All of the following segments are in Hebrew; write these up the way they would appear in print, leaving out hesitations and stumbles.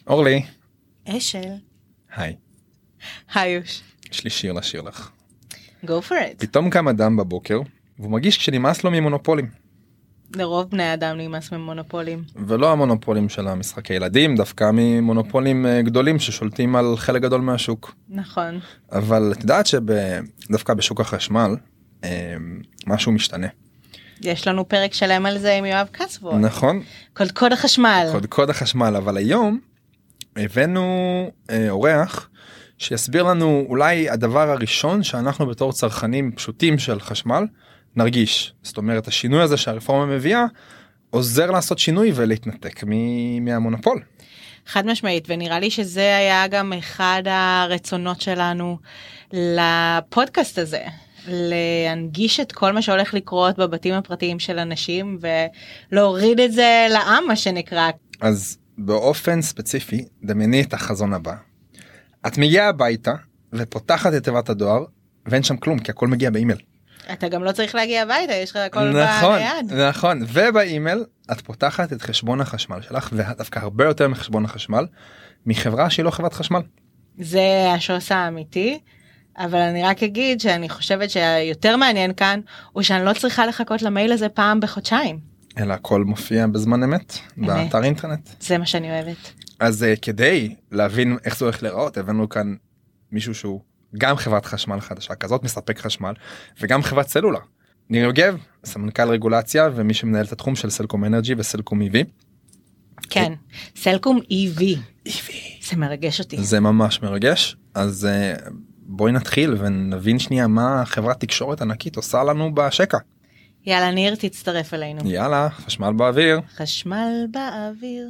אורלי. אשל. היי. היוש. יש לי שיר לשיר לך. Go for it. פתאום קם אדם בבוקר, והוא מרגיש כשנמאס לו ממונופולים. לרוב בני אדם נמאס ממונופולים. ולא המונופולים של המשחקי ילדים, דווקא ממונופולים גדולים ששולטים על חלק גדול מהשוק. נכון. אבל את יודעת שדווקא בשוק החשמל, משהו משתנה. יש לנו פרק שלם על זה עם יואב קסבו. נכון. קודקוד החשמל. קודקוד החשמל, אבל היום הבאנו אורח שיסביר לנו אולי הדבר הראשון שאנחנו בתור צרכנים פשוטים של חשמל נרגיש. זאת אומרת, השינוי הזה שהרפורמה מביאה עוזר לעשות שינוי ולהתנתק מהמונופול. חד משמעית, ונראה לי שזה היה גם אחד הרצונות שלנו לפודקאסט הזה. להנגיש את כל מה שהולך לקרות בבתים הפרטיים של אנשים ולהוריד את זה לעם, מה שנקרא. אז באופן ספציפי, דמייני את החזון הבא. את מגיעה הביתה ופותחת את תיבת הדואר ואין שם כלום כי הכל מגיע באימייל. אתה גם לא צריך להגיע הביתה, יש לך הכל נכון, ביד. נכון, ובאימייל את פותחת את חשבון החשמל שלך, ודווקא הרבה יותר מחשבון החשמל, מחברה שהיא לא חברת חשמל. זה השוס האמיתי, אבל אני רק אגיד שאני חושבת שהיותר מעניין כאן, הוא שאני לא צריכה לחכות למייל הזה פעם בחודשיים. אלא הכל מופיע בזמן אמת, באתר אינטרנט. זה מה שאני אוהבת. אז כדי להבין איך זה הולך להיראות, הבאנו כאן מישהו שהוא גם חברת חשמל חדשה, כזאת מספק חשמל, וגם חברת סלולר. ניר יוגב, סמנכ"ל רגולציה, ומי שמנהל את התחום של סלקום אנרג'י וסלקום EV. כן, סלקום EV. זה מרגש אותי. זה ממש מרגש, אז בואי נתחיל ונבין שנייה מה חברת תקשורת ענקית עושה לנו בשקע. יאללה, ניר, תצטרף אלינו. יאללה, חשמל באוויר. חשמל באוויר.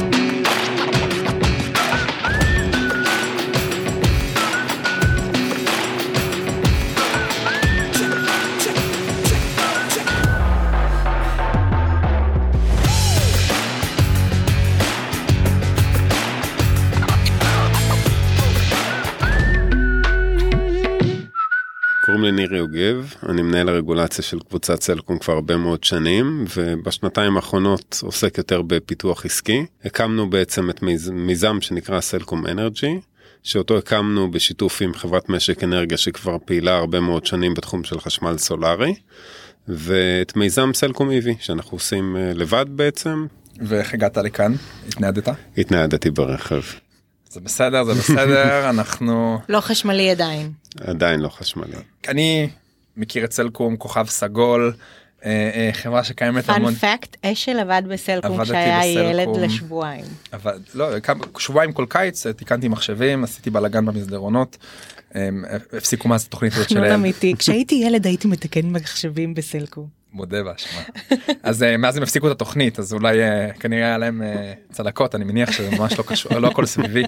קוראים לי ניר יוגב, אני מנהל הרגולציה של קבוצת סלקום כבר הרבה מאוד שנים, ובשנתיים האחרונות עוסק יותר בפיתוח עסקי. הקמנו בעצם את מיזם שנקרא סלקום אנרג'י, שאותו הקמנו בשיתוף עם חברת משק אנרגיה שכבר פעילה הרבה מאוד שנים בתחום של חשמל סולארי, ואת מיזם סלקום EV שאנחנו עושים לבד בעצם. ואיך הגעת לכאן? התניידת? התניידתי ברכב. זה בסדר, זה בסדר, אנחנו... לא חשמלי עדיין. עדיין לא חשמלי. אני מכיר את סלקום, כוכב סגול, חברה שקיימת המון... פאנפקט, אשל עבד בסלקום כשהיה ילד לשבועיים. לא, שבועיים כל קיץ, תיקנתי מחשבים, עשיתי בלגן במסדרונות, הפסיקו מה זה תוכנית הזאת שלהם. חנות אמיתי, כשהייתי ילד הייתי מתקן מחשבים בסלקום. מודה באשמה. אז מאז הם הפסיקו את התוכנית, אז אולי כנראה היה להם צלקות, אני מניח שזה ממש לא קשור, לא הכל סביבי.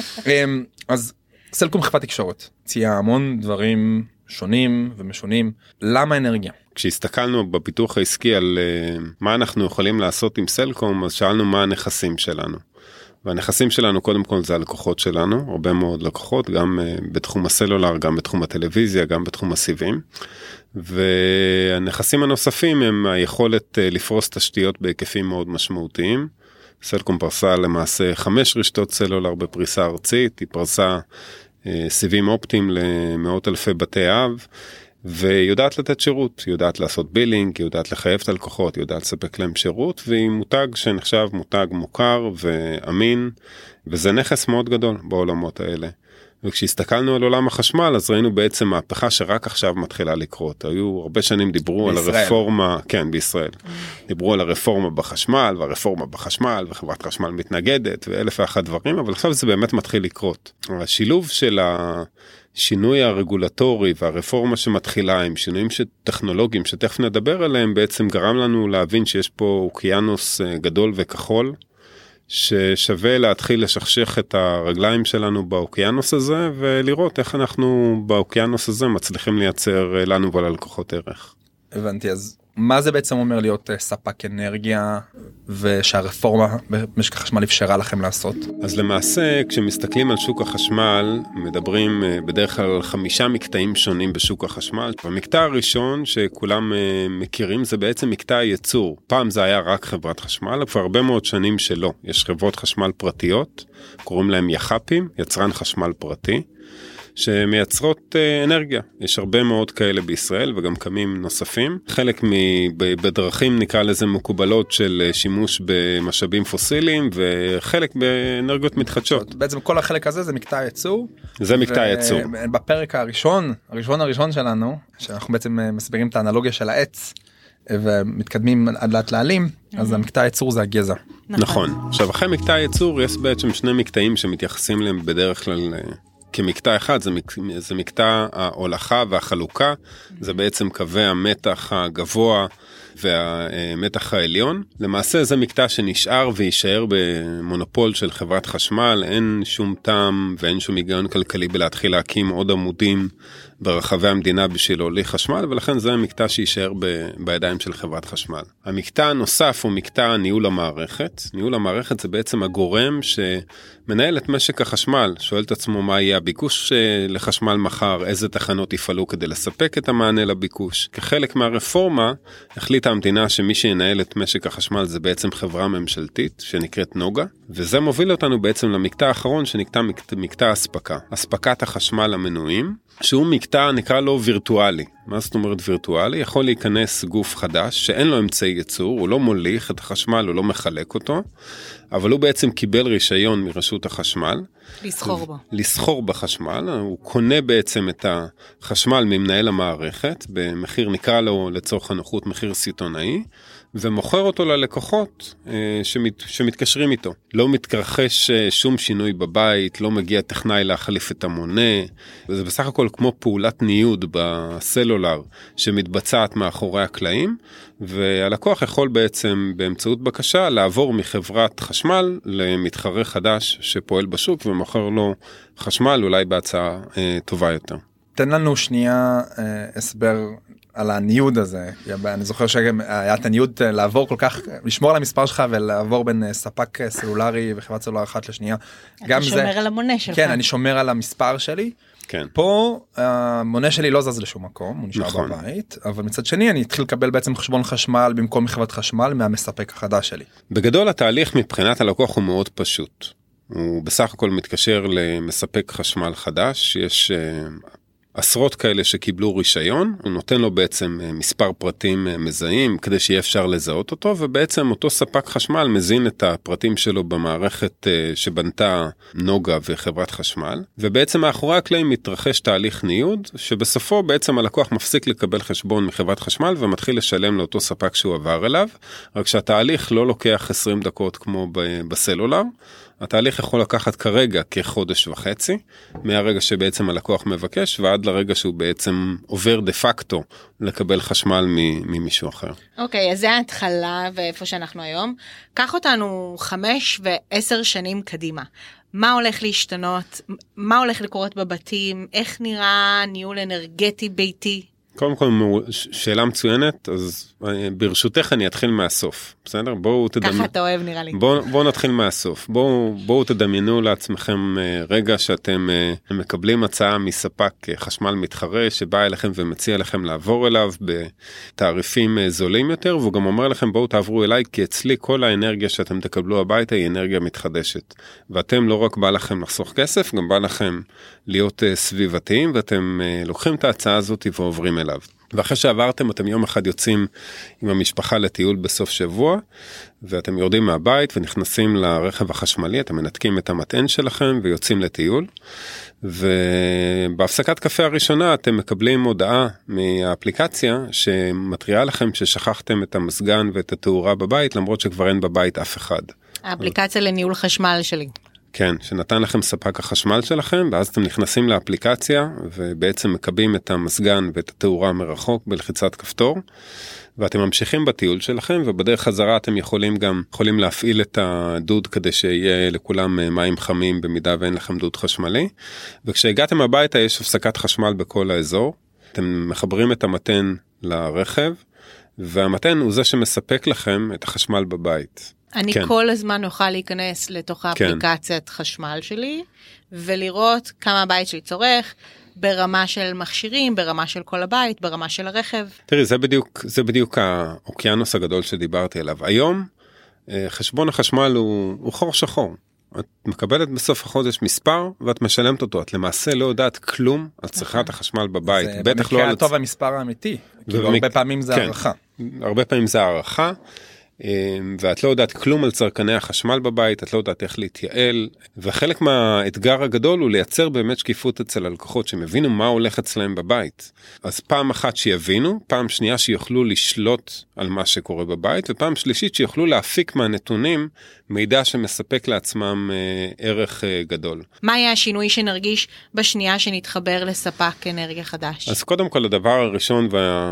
אז סלקום חברת תקשורת, הציעה המון דברים שונים ומשונים. למה אנרגיה? כשהסתכלנו בפיתוח העסקי על מה אנחנו יכולים לעשות עם סלקום, אז שאלנו מה הנכסים שלנו. והנכסים שלנו קודם כל זה הלקוחות שלנו, הרבה מאוד לקוחות, גם בתחום הסלולר, גם בתחום הטלוויזיה, גם בתחום הסיבים. והנכסים הנוספים הם היכולת לפרוס תשתיות בהיקפים מאוד משמעותיים. סלקום פרסה למעשה 5 רשתות סלולר בפריסה ארצית, היא פרסה סיבים אופטיים למאות אלפי בתי אב, ויודעת לתת שירות, יודעת לעשות בילינג, יודעת לחייב את הלקוחות, יודעת לספק להם שירות, והיא מותג שנחשב מותג מוכר ואמין, וזה נכס מאוד גדול בעולמות האלה. וכשהסתכלנו על עולם החשמל, אז ראינו בעצם מהפכה שרק עכשיו מתחילה לקרות. היו הרבה שנים דיברו על הרפורמה, כן, בישראל. דיברו על הרפורמה בחשמל, והרפורמה בחשמל, וחברת חשמל מתנגדת, ואלף ואחת דברים, אבל עכשיו זה באמת מתחיל לקרות. השילוב של השינוי הרגולטורי והרפורמה שמתחילה עם שינויים טכנולוגיים שתכף נדבר עליהם, בעצם גרם לנו להבין שיש פה אוקיינוס גדול וכחול, ששווה להתחיל לשכשך את הרגליים שלנו באוקיינוס הזה, ולראות איך אנחנו באוקיינוס הזה מצליחים לייצר לנו וללקוחות ערך. הבנתי, אז מה זה בעצם אומר להיות ספק אנרגיה ושהרפורמה במשק החשמל אפשרה לכם לעשות? אז למעשה כשמסתכלים על שוק החשמל מדברים בדרך כלל על 5 מקטעים שונים בשוק החשמל. המקטע הראשון שכולם מכירים זה בעצם מקטע הייצור. פעם זה היה רק חברת חשמל, כבר הרבה מאוד שנים שלא. יש חברות חשמל פרטיות, קוראים להם יח"פים, יצרן חשמל פרטי. שמייצרות אנרגיה. יש הרבה מאוד כאלה בישראל וגם קמים נוספים. חלק בדרכים נקרא לזה מקובלות של שימוש במשאבים פוסיליים וחלק באנרגיות מתחדשות. בעצם כל החלק הזה זה מקטע הייצור. זה מקטע הייצור. בפרק הראשון שלנו, שאנחנו בעצם מסבירים את האנלוגיה של העץ ומתקדמים עד לאט לעלים, אז המקטע הייצור זה הגזע. נכון. עכשיו אחרי מקטע הייצור יש בעצם 2 מקטעים שמתייחסים להם בדרך כלל כמקטע אחד, זה מקטע ההולכה והחלוקה, זה בעצם קווי המתח הגבוה והמתח העליון. למעשה זה מקטע שנשאר ויישאר במונופול של חברת חשמל, אין שום טעם ואין שום היגיון כלכלי בלהתחיל להקים עוד עמודים ברחבי המדינה בשביל להוליך חשמל, ולכן זה המקטע שיישאר בידיים של חברת חשמל. המקטע הנוסף הוא מקטע ניהול המערכת. ניהול המערכת זה בעצם הגורם שמנהל את משק החשמל, שואל את עצמו מה יהיה הביקוש לחשמל מחר, איזה תחנות יפעלו כדי לספק את המענה לביקוש. כחלק מהרפורמה החליטה המדינה שמי שינהל את משק החשמל זה בעצם חברה ממשלתית שנקראת נוגה, וזה מוביל אותנו בעצם למקטע האחרון שנקרא מקטע הספקה. הספקת החשמל המנויים, שהוא מקטע נקרא לו וירטואלי. מה זאת אומרת וירטואלי? יכול להיכנס גוף חדש שאין לו אמצעי ייצור, הוא לא מוליך את החשמל, הוא לא מחלק אותו, אבל הוא בעצם קיבל רישיון מרשות החשמל. לסחור בו. לסחור בחשמל, הוא קונה בעצם את החשמל ממנהל המערכת, במחיר נקרא לו לצורך הנוחות מחיר סיטונאי, ומוכר אותו ללקוחות שמתקשרים איתו. לא מתרחש שום שינוי בבית, לא מגיע טכנאי להחליף את המונה, וזה בסך הכל כמו פעולת ניוד בסלולר שמתבצעת מאחורי הקלעים, והלקוח יכול בעצם באמצעות בקשה לעבור מחברת חשמל למתחרה חדש שפועל בשוק ומוכר לו חשמל אולי בהצעה טובה יותר. תן לנו שנייה הסבר על הניוד הזה. אני זוכר שהיה את הניוד לעבור כל כך, לשמור על המספר שלך ולעבור בין ספק סלולרי וחברת סלולר אחת לשנייה. אתה שומר על המונה שלך. כן, אני שומר על המספר שלי. כן. פה המונה שלי לא זז לשום מקום, הוא נשאר נכון. בבית, אבל מצד שני אני אתחיל לקבל בעצם חשבון חשמל במקום מחברת חשמל מהמספק החדש שלי. בגדול התהליך מבחינת הלקוח הוא מאוד פשוט. הוא בסך הכל מתקשר למספק חשמל חדש, יש עשרות כאלה שקיבלו רישיון, הוא נותן לו בעצם מספר פרטים מזהים כדי שיהיה אפשר לזהות אותו, ובעצם אותו ספק חשמל מזין את הפרטים שלו במערכת שבנתה נוגה וחברת חשמל, ובעצם מאחורי הקלעים מתרחש תהליך ניוד, שבסופו בעצם הלקוח מפסיק לקבל חשבון מחברת חשמל ומתחיל לשלם לאותו ספק שהוא עבר אליו, רק שהתהליך לא לוקח 20 דקות כמו בסלולר, התהליך יכול לקחת כרגע כחודש וחצי, מהרגע שבעצם הלקוח מבקש, ועד לרגע שהוא בעצם עובר דה פקטו לקבל חשמל ממישהו אחר. אוקיי, אז זה ההתחלה ואיפה שאנחנו היום. קח אותנו 5 ו10 שנים קדימה. מה הולך להשתנות? מה הולך לקרות בבתים? איך נראה ניהול אנרגטי ביתי? קודם כל, שאלה מצוינת, אז ברשותך אני אתחיל מהסוף, בסדר? בואו תדמיינו. ככה אתה אוהב נראה לי. בואו נתחיל מהסוף. בואו תדמיינו לעצמכם רגע שאתם מקבלים הצעה מספק חשמל מתחרה, שבא אליכם ומציע לכם לעבור אליו בתעריפים זולים יותר, והוא גם אומר לכם בואו תעברו אליי, כי אצלי כל האנרגיה שאתם תקבלו הביתה היא אנרגיה מתחדשת. ואתם לא רק בא לכם לחסוך כסף, גם בא לכם להיות סביבתיים, ואתם לוקחים את ההצעה הזאת ועוברים אליו. ואחרי שעברתם, אתם יום אחד יוצאים עם המשפחה לטיול בסוף שבוע, ואתם יורדים מהבית ונכנסים לרכב החשמלי, אתם מנתקים את המטען שלכם ויוצאים לטיול, ובהפסקת קפה הראשונה אתם מקבלים הודעה מהאפליקציה שמתריעה לכם ששכחתם את המזגן ואת התאורה בבית, למרות שכבר אין בבית אף אחד. האפליקציה לניהול חשמל שלי. כן, שנתן לכם ספק החשמל שלכם, ואז אתם נכנסים לאפליקציה, ובעצם מקבים את המזגן ואת התאורה מרחוק בלחיצת כפתור, ואתם ממשיכים בטיול שלכם, ובדרך חזרה אתם יכולים להפעיל את הדוד, כדי שיהיה לכולם מים חמים, במידה ואין לכם דוד חשמלי, וכשהגעתם הביתה יש הפסקת חשמל בכל האזור, אתם מחברים את המטען לרכב, והמתן הוא זה שמספק לכם את החשמל בבית. אני כן. כל הזמן אוכל להיכנס לתוך האפליקציית חשמל שלי, ולראות כמה הבית שלי צורך, ברמה של מכשירים, ברמה של כל הבית, ברמה של הרכב. תראי, זה בדיוק האוקיינוס הגדול שדיברתי עליו. היום, חשבון החשמל הוא חור שחור. את מקבלת בסוף החודש מספר, ואת משלמת אותו. את למעשה לא יודעת כלום על צריכת החשמל בבית. זה במקרה הטוב המספר האמיתי. כאילו הרבה פעמים זה הערכה. הרבה פעמים זה הערכה. ואת לא יודעת כלום על צרכני החשמל בבית, את לא יודעת איך להתייעל, וחלק מהאתגר הגדול הוא לייצר באמת שקיפות אצל הלקוחות, שמבינו מה הולך אצלהם בבית. אז פעם אחת שיבינו, פעם שנייה שיוכלו לשלוט על מה שקורה בבית, ופעם שלישית שיוכלו להפיק מהנתונים מידע שמספק לעצמם ערך גדול. מה היה השינוי שנרגיש בשנייה שנתחבר לספק אנרגיה חדש? אז קודם כל הדבר הראשון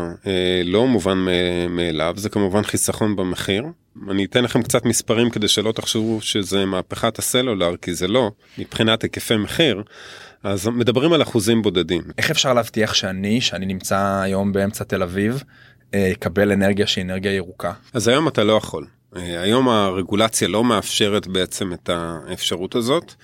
והלא מובן מאליו, זה כמובן חיסכון במחיר. אני אתן לכם קצת מספרים כדי שלא תחשבו שזה מהפכת הסלולר, כי זה לא, מבחינת היקפי מחיר. אז מדברים על אחוזים בודדים. איך אפשר להבטיח שאני נמצא היום באמצע תל אביב, יקבל אנרגיה שהיא אנרגיה ירוקה? אז היום אתה לא יכול. היום הרגולציה לא מאפשרת בעצם את האפשרות הזאת.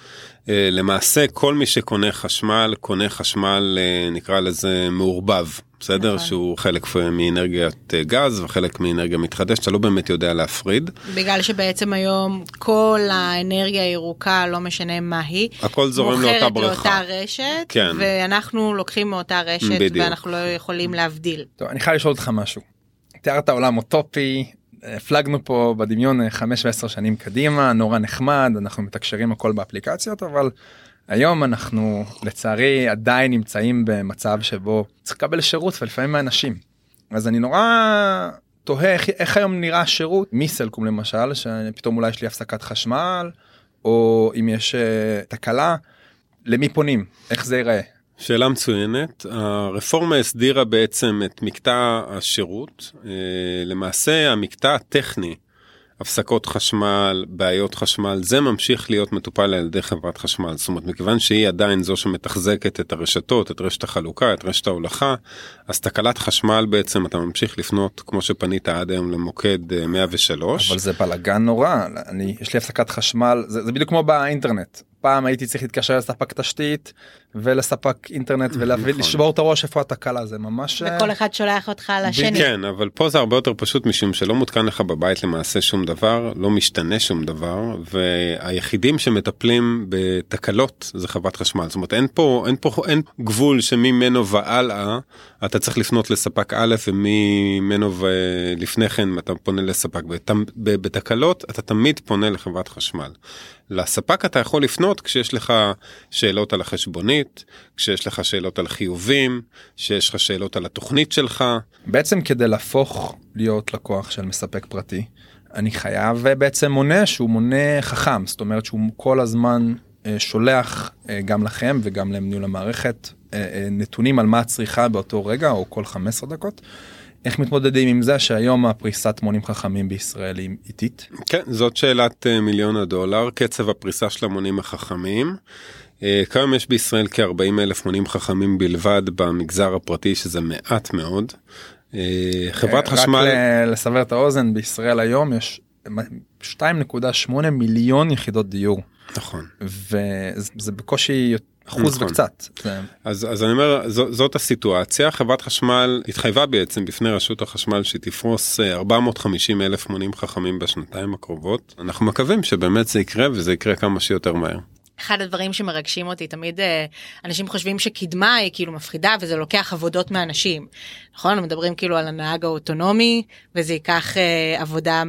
למעשה כל מי שקונה חשמל, קונה חשמל נקרא לזה מעורבב. בסדר? נכון. שהוא חלק מאנרגיית גז וחלק מאנרגיה מתחדשת, אתה לא באמת יודע להפריד. בגלל שבעצם היום כל האנרגיה הירוקה, לא משנה מה היא, הכל זורם לאותה ברכה. מוכרת לאותה רשת, כן. ואנחנו לוקחים מאותה רשת, בדיוק. ואנחנו לא יכולים להבדיל. טוב, אני חייב לשאול אותך משהו. תיארת עולם אוטופי, הפלגנו פה בדמיון 5 ו10 שנים קדימה, נורא נחמד, אנחנו מתקשרים הכל באפליקציות, אבל היום אנחנו לצערי עדיין נמצאים במצב שבו צריך לקבל שירות ולפעמים מהאנשים. אז אני נורא תוהה איך היום נראה שירות מסלקום למשל, שפתאום אולי יש לי הפסקת חשמל, או אם יש תקלה, למי פונים? איך זה ייראה? שאלה מצוינת. הרפורמה הסדירה בעצם את מקטע השירות. למעשה המקטע הטכני, הפסקות חשמל, בעיות חשמל, זה ממשיך להיות מטופל על ידי חברת חשמל. זאת אומרת, מכיוון שהיא עדיין זו שמתחזקת את הרשתות, את רשת החלוקה, את רשת ההולכה, אז תקלת חשמל בעצם אתה ממשיך לפנות, כמו שפנית עד היום למוקד 103. אבל זה בלגן נורא. יש לי הפסקת חשמל, זה בדיוק כמו באינטרנט. פעם הייתי צריך להתקשר לספק תשתית ולספק אינטרנט ולשבור את הראש איפה התקלה, זה ממש... וכל אחד שולח אותך לשני. כן, אבל פה זה הרבה יותר פשוט משום שלא מותקן לך בבית למעשה שום דבר, לא משתנה שום דבר, והיחידים שמטפלים בתקלות זה חברת חשמל. זאת אומרת, אין גבול שממנו והלאה אתה צריך לפנות לספק א' וממנו ולפני כן אתה פונה לספק ב'. בתקלות אתה תמיד פונה לחברת חשמל. לספק אתה יכול לפנות כשיש לך שאלות על החשבונית, כשיש לך שאלות על חיובים, כשיש לך שאלות על התוכנית שלך. בעצם כדי להפוך להיות לקוח של מספק פרטי, אני חייב בעצם מונה שהוא מונה חכם, זאת אומרת שהוא כל הזמן שולח גם לכם וגם למניהול המערכת נתונים על מה הצריכה באותו רגע או כל 15 דקות. איך מתמודדים עם זה שהיום הפריסת מונים חכמים בישראל היא איטית? כן, זאת שאלת $1,000,000. קצב הפריסה של המונים החכמים. כיום יש בישראל כ-40,000 מונים חכמים בלבד במגזר הפרטי, שזה מעט מאוד. חברת חשמל... רק לסבר את האוזן, בישראל היום יש 2.8 מיליון יחידות דיור. נכון. וזה בקושי אחוז נכון. וקצת. אז אני אומר, זאת הסיטואציה. חברת חשמל התחייבה בעצם בפני רשות החשמל שתפרוס 450,000 מונים חכמים בשנתיים הקרובות. אנחנו מקווים שבאמת זה יקרה, וזה יקרה כמה שיותר מהר. אחד הדברים שמרגשים אותי, תמיד אנשים חושבים שקדמה היא כאילו מפחידה, וזה לוקח עבודות מאנשים. נכון? מדברים כאילו על הנהג האוטונומי, וזה ייקח עבודה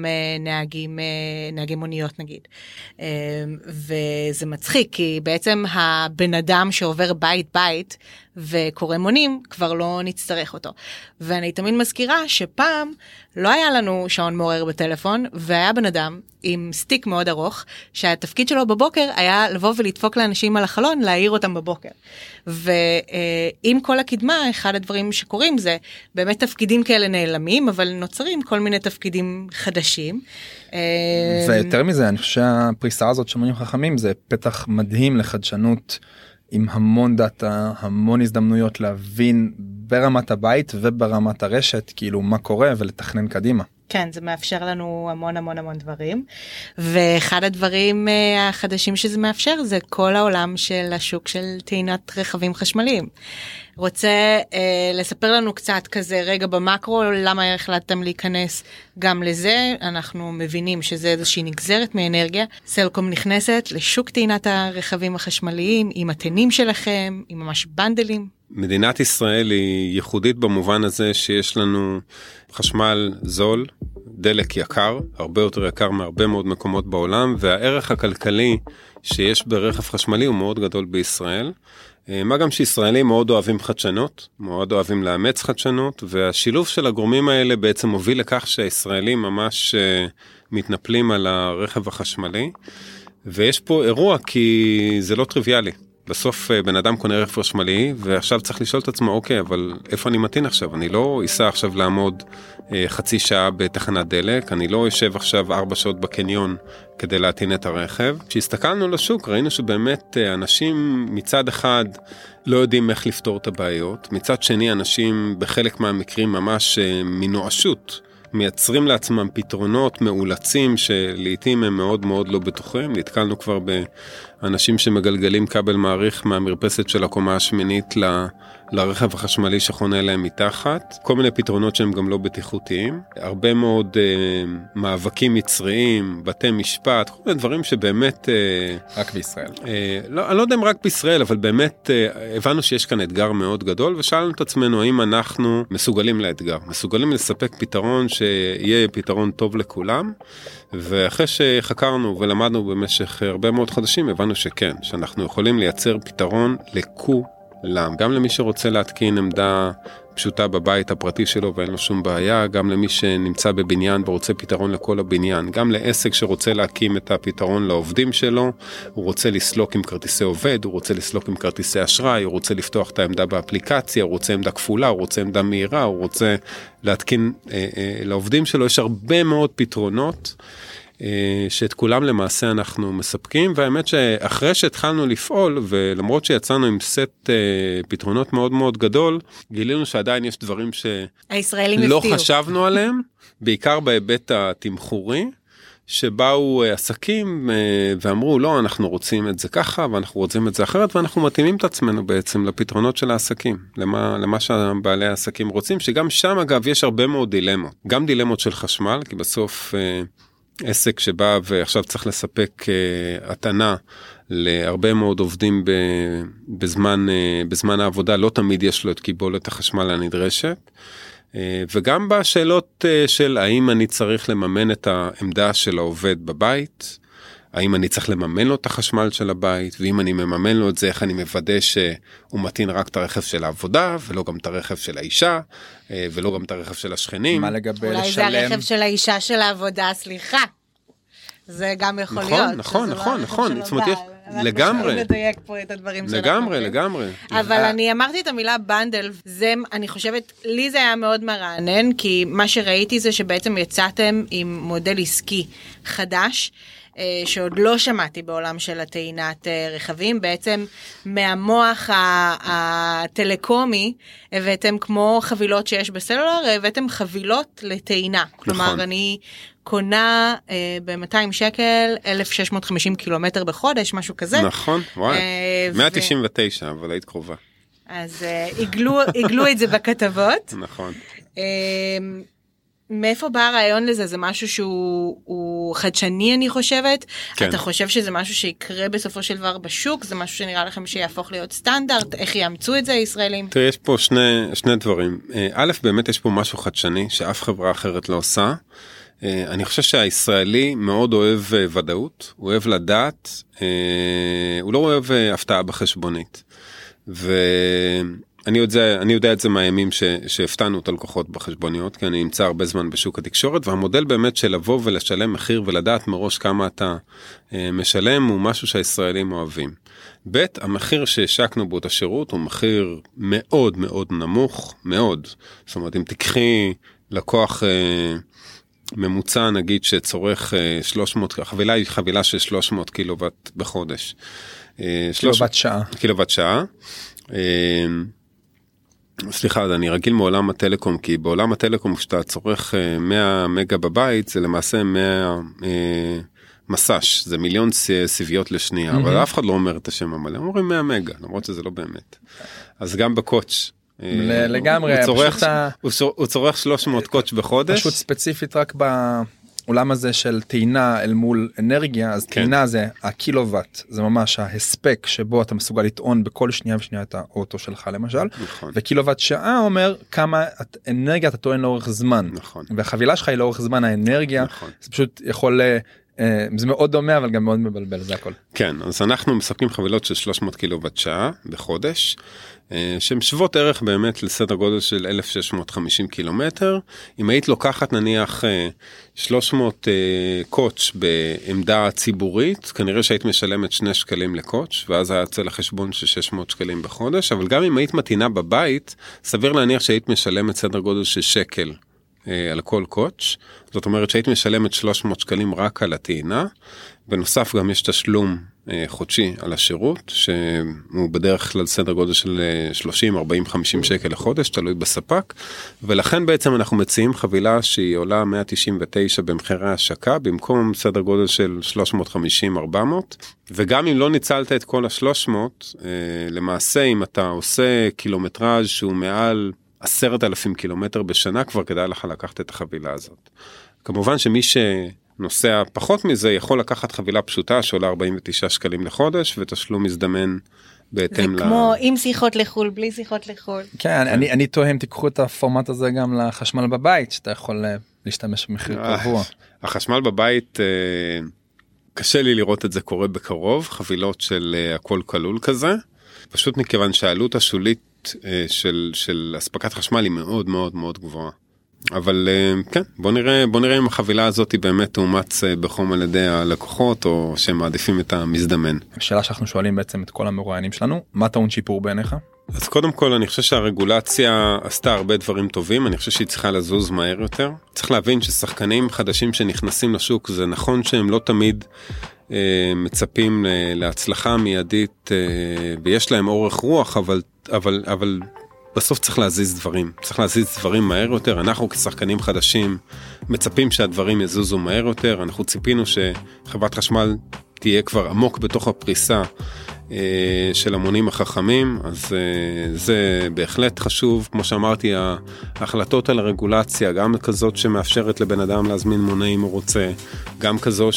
מנהגי מוניות נגיד. וזה מצחיק, כי בעצם הבן אדם שעובר בית וקורא מונים, כבר לא נצטרך אותו. ואני תמיד מזכירה שפעם לא היה לנו שעון מעורר בטלפון, והיה בן אדם עם סטיק מאוד ארוך, שהתפקיד שלו בבוקר היה לבוא ולדפוק לאנשים על החלון, להעיר אותם בבוקר. ועם כל הקדמה, אחד הדברים שקורים זה, באמת תפקידים כאלה נעלמים, אבל נוצרים כל מיני תפקידים חדשים. ויותר מזה, אני חושב שהפריסה הזאת של מונים חכמים, זה פתח מדהים לחדשנות, עם המון דאטה, המון הזדמנויות להבין ברמת הבית וברמת הרשת, כאילו מה קורה ולתכנן קדימה. כן, זה מאפשר לנו המון המון המון דברים, ואחד הדברים החדשים שזה מאפשר זה כל העולם של השוק של טעינת רכבים חשמליים. רוצה לספר לנו קצת כזה רגע במקרו, למה החלטתם להיכנס גם לזה? אנחנו מבינים שזה איזושהי נגזרת מאנרגיה. סלקום נכנסת לשוק טעינת הרכבים החשמליים, עם התנים שלכם, עם ממש בנדלים. מדינת ישראל היא ייחודית במובן הזה שיש לנו חשמל זול, דלק יקר, הרבה יותר יקר מהרבה מאוד מקומות בעולם, והערך הכלכלי שיש ברכב חשמלי הוא מאוד גדול בישראל. מה גם שישראלים מאוד אוהבים חדשנות, מאוד אוהבים לאמץ חדשנות, והשילוב של הגורמים האלה בעצם מוביל לכך שהישראלים ממש מתנפלים על הרכב החשמלי, ויש פה אירוע כי זה לא טריוויאלי. בסוף בן אדם קונה רכב חשמלי, ועכשיו צריך לשאול את עצמו, אוקיי, אבל איפה אני מתאים עכשיו? אני לא אסע עכשיו לעמוד חצי שעה בתחנת דלק, אני לא יושב עכשיו 4 שעות בקניון כדי להטעין את הרכב. כשהסתכלנו לשוק, ראינו שבאמת אנשים מצד אחד לא יודעים איך לפתור את הבעיות, מצד שני אנשים בחלק מהמקרים ממש מנואשות, מייצרים לעצמם פתרונות מאולצים שלעיתים הם מאוד מאוד לא בטוחים. נתקלנו כבר באנשים שמגלגלים כבל מעריך מהמרפסת של הקומה השמינית לרכב החשמלי שחונה להם מתחת. כל מיני פתרונות שהם גם לא בטיחותיים. הרבה מאוד מאבקים מצריים, בתי משפט, כל מיני דברים שבאמת... רק בישראל. אני לא יודע אם רק בישראל, אבל באמת הבנו שיש כאן אתגר מאוד גדול, ושאלנו את עצמנו האם אנחנו מסוגלים לאתגר, מסוגלים לספק פתרון שיהיה פתרון טוב לכולם, ואחרי שחקרנו ולמדנו במשך הרבה מאוד חודשים, הבנו שכן, שאנחנו יכולים לייצר פתרון לכולם, גם למי שרוצה להתקין עמדה פשוטה בבית הפרטי שלו ואין לו שום בעיה, גם למי שנמצא בבניין ורוצה פתרון לכל הבניין, גם לעסק שרוצה להקים את הפתרון לעובדים שלו, הוא רוצה לסלוק עם כרטיסי עובד, הוא רוצה לסלוק עם כרטיסי אשראי, הוא רוצה לפתוח את העמדה באפליקציה, הוא רוצה עמדה כפולה, הוא רוצה עמדה מהירה, הוא רוצה להתקין לעובדים שלו. יש הרבה מאוד פתרונות שאת כולם למעשה אנחנו מספקים, והאמת שאחרי שהתחלנו לפעול, ולמרות שיצאנו עם סט פתרונות מאוד מאוד גדול, גילינו שעדיין יש דברים שלא חשבנו עליהם, בעיקר בהיבט התמחורי, שבאו עסקים ואמרו, לא, אנחנו רוצים את זה ככה, ואנחנו רוצים את זה אחרת, ואנחנו מתאימים את עצמנו בעצם לפתרונות של העסקים, למה שבעלי העסקים רוצים, שגם שם אגב יש הרבה מאוד דילמות, גם דילמות של חשמל, כי בסוף עסק שבא ועכשיו צריך לספק התנה להרבה מאוד עובדים בזמן העבודה, לא תמיד יש לו את קיבולת החשמל הנדרשת, וגם בשאלות של האם אני צריך לממן את העמדה של העובד בבית, האם אני צריך לממן לו את החשמל של הבית, ואם אני מממן לו את זה, איך אני מוודא שהוא מתאים רק את הרכב של העבודה, ולא גם את הרכב של האישה, ולא גם את הרכב של השכנים. מה לגבי לשלם? אולי זה הרכב של האישה של העבודה, סליחה. זה גם יכול להיות. נכון. זאת אומרת, לגמרי. אנחנו לדייק פה את הדברים שלנו. לגמרי. אבל אני אמרתי את המילה בנדל, זה, אני חושבת, לי זה היה מאוד מרענן, כי מה שראיתי זה שבעצם יצאתם עם מודל עסקי חדש, שעוד לא שמעתי בעולם של הטעינת רכבים, בעצם מהמוח הטלקומי, הבאתם כמו חבילות שיש בסלולר, הבאתם חבילות לטעינה. כלומר, אני קונה ב-200 שקל, 1,650 קילומטר בחודש, משהו כזה. נכון, וואי. 199, אבל היית קרובה. אז עיגלו את זה בכתבות. נכון. מאיפה בא הרעיון לזה? זה משהו שהוא חדשני, אני חושבת. כן. אתה חושב שזה משהו שיקרה בסופו של דבר בשוק? זה משהו שנראה לכם שיהפוך להיות סטנדרט? איך יאמצו את זה הישראלים? תראה, יש פה שני דברים. א', באמת יש פה משהו חדשני שאף חברה אחרת לא עושה. אני חושב שהישראלי מאוד אוהב ודאות, הוא אוהב לדעת, הוא לא אוהב הפתעה בחשבונית. אני יודע את זה מהימים שהפתענו את הלקוחות בחשבוניות, כי אני נמצא הרבה זמן בשוק התקשורת, והמודל באמת של לבוא ולשלם מחיר ולדעת מראש כמה אתה משלם, הוא משהו שהישראלים אוהבים. ב', המחיר שהשקנו בו את השירות הוא מחיר מאוד מאוד נמוך, מאוד. זאת אומרת, אם תקחי לקוח ממוצע, נגיד שצורך 300, החבילה היא חבילה של 300 קילוואט בחודש. קילוואט שעה. קילוואט שעה. סליחה, אני רגיל מעולם הטלקום, כי בעולם הטלקום כשאתה צורך 100 מגה בבית, זה למעשה 100 מסש, זה מיליון סיביות לשנייה, אבל אף אחד לא אומר את השם המלא, אומרים 100 מגה, למרות שזה לא באמת. אז גם בקוטש, לגמרי, הוא צורך 300 קוטש בחודש. פשוט ספציפית רק בעולם הזה של טעינה אל מול אנרגיה, אז טעינה זה הקילוואט, זה ממש ההספק שבו אתה מסוגל לטעון בכל שנייה ושנייה את האוטו שלך למשל, וקילוואט שעה אומר כמה אנרגיה אתה טוען לאורך זמן, והחבילה שלך היא לאורך זמן האנרגיה, זה פשוט יכול, זה מאוד דומה אבל גם מאוד מבלבל, זה הכל. כן, אז אנחנו מספקים חבילות של 300 קילוואט שעה בחודש, שהן שוות ערך באמת לסדר גודל של 1,650 קילומטר. אם היית לוקחת נניח 300 קוטש בעמדה ציבורית, כנראה שהיית משלמת 2 שקלים לקוטש, ואז היה יוצא לחשבון של 600 שקלים בחודש, אבל גם אם היית מתאינה בבית, סביר להניח שהיית משלמת סדר גודל של שקל על כל קוטש, זאת אומרת שהיית משלמת 300 שקלים רק על הטעינה, בנוסף גם יש תשלום חודשי על השירות, שהוא בדרך כלל סדר גודל של 30, 40, 50 שקל לחודש, תלוי בספק, ולכן בעצם אנחנו מציעים חבילה שהיא עולה 199 במחירי השקה, במקום סדר גודל של 350-400, וגם אם לא ניצלת את כל ה-300, למעשה אם אתה עושה קילומטראז' שהוא מעל 10,000 קילומטר בשנה, כבר כדאי לך לקחת את החבילה הזאת. כמובן שמי שנוסע פחות מזה, יכול לקחת חבילה פשוטה שעולה 49 שקלים לחודש, ותשלום מזדמן בהתאם זה כמו עם שיחות לחול, בלי שיחות לחול. כן, אני תוהם, תיקחו את הפורמט הזה גם לחשמל בבית, שאתה יכול להשתמש במחיר קבוע. החשמל בבית, קשה לי לראות את זה קורה בקרוב, חבילות של הכל כלול כזה, פשוט מכיוון שהעלות השולית של הספקת חשמל היא מאוד מאוד מאוד גבוהה. אבל כן, בוא נראה אם החבילה הזאת היא באמת תאומץ בחום על ידי הלקוחות, או שהם מעדיפים את המזדמן. השאלה שאנחנו שואלים בעצם את כל המרואיינים שלנו, מה טעון שיפור בעיניך? אז קודם כל אני חושב שהרגולציה עשתה הרבה דברים טובים, אני חושב שהיא צריכה לזוז מהר יותר. צריך להבין ששחקנים חדשים שנכנסים לשוק, זה נכון שהם לא תמיד מצפים להצלחה מיידית, ויש להם אורך רוח, אבל בסוף צריך להזיז דברים מהר יותר. אנחנו כשחקנים חדשים מצפים שהדברים יזוזו מהר יותר, אנחנו ציפינו שחברת חשמל תהיה כבר עמוק בתוך הפריסה של המונים החכמים, אז זה בהחלט חשוב. כמו שאמרתי, ההחלטות על הרגולציה, גם כזאת שמאפשרת לבן אדם להזמין מונה אם הוא רוצה, גם כזו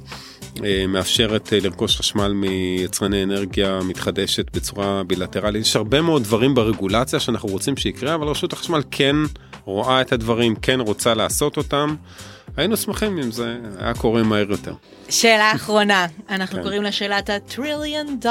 מאפשרת לרכוש חשמל מיצרני אנרגיה מתחדשת בצורה בילטרלית. יש הרבה מאוד דברים ברגולציה שאנחנו רוצים שיקרה, אבל רשות החשמל כן רואה את הדברים, כן רוצה לעשות אותם. היינו שמחים אם זה היה קורה מהר יותר. שאלה אחרונה, אנחנו קוראים לה שאלת $1,000,000,000.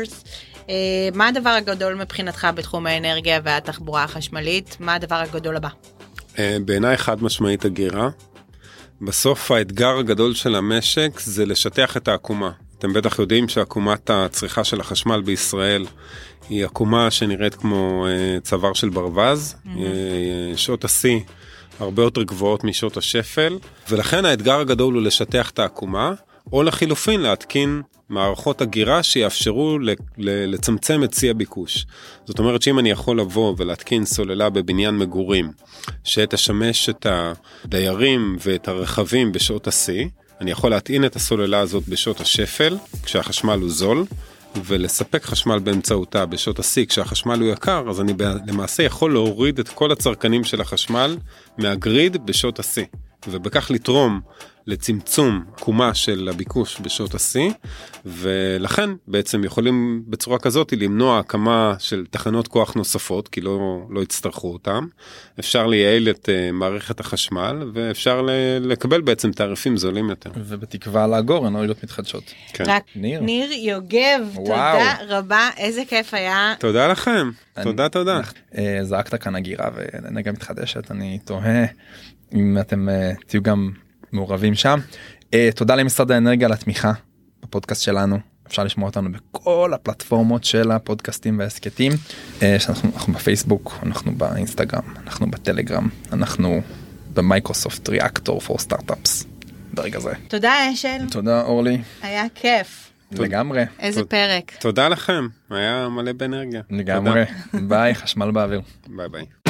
מה הדבר הגדול מבחינתך בתחום האנרגיה והתחבורה החשמלית? מה הדבר הגדול הבא? בעיניי חד משמעית הגירה. בסוף האתגר הגדול של המשק זה לשטח את העקומה. אתם בטח יודעים שעקומת הצריכה של החשמל בישראל היא עקומה שנראית כמו צוואר של ברווז. שעות השיא הרבה יותר גבוהות משעות השפל, ולכן האתגר הגדול הוא לשטח את העקומה, או לחילופין להתקין מערכות הגירה שיאפשרו לצמצם את צי הביקוש. זאת אומרת שאם אני יכול לבוא ולהתקין סוללה בבניין מגורים, שתשמש את הדיירים ואת הרכבים בשעות השיא, אני יכול להטעין את הסוללה הזאת בשעות השפל, כשהחשמל הוא זול, ולספק חשמל באמצעותה בשעות השיא, כשהחשמל הוא יקר, אז אני למעשה יכול להוריד את כל הצרכנים של החשמל מהגריד בשעות השיא, ובכך לתרום לצמצום קומה של הביקוש בשעות השיא, ולכן בעצם יכולים בצורה כזאת למנוע הקמה של תחנות כוח נוספות, כי לא יצטרכו אותם. אפשר לייעל את מערכת החשמל, ואפשר לקבל בעצם תעריפים זולים יותר. ובתקווה לאגור אנרגיות מתחדשות. כן. רק ניר יוגב, תודה רבה, איזה כיף היה. תודה לכם, תודה. זרקת כאן הגירה ואנרגיה מתחדשת, אני תוהה אם אתם תהיו גם מעורבים שם. תודה למשרד האנרגיה על התמיכה בפודקאסט שלנו. אפשר לשמוע אותנו בכל הפלטפורמות של הפודקאסטים והסקטים. אנחנו בפייסבוק, אנחנו באינסטגרם, אנחנו בטלגרם, אנחנו במייקרוסופט ריאקטור פור סטארט-אפס ברגע זה. תודה אשל. תודה אורלי. היה כיף. לגמרי. איזה פרק. תודה לכם, היה מלא באנרגיה. לגמרי. ביי, חשמל באוויר. ביי ביי.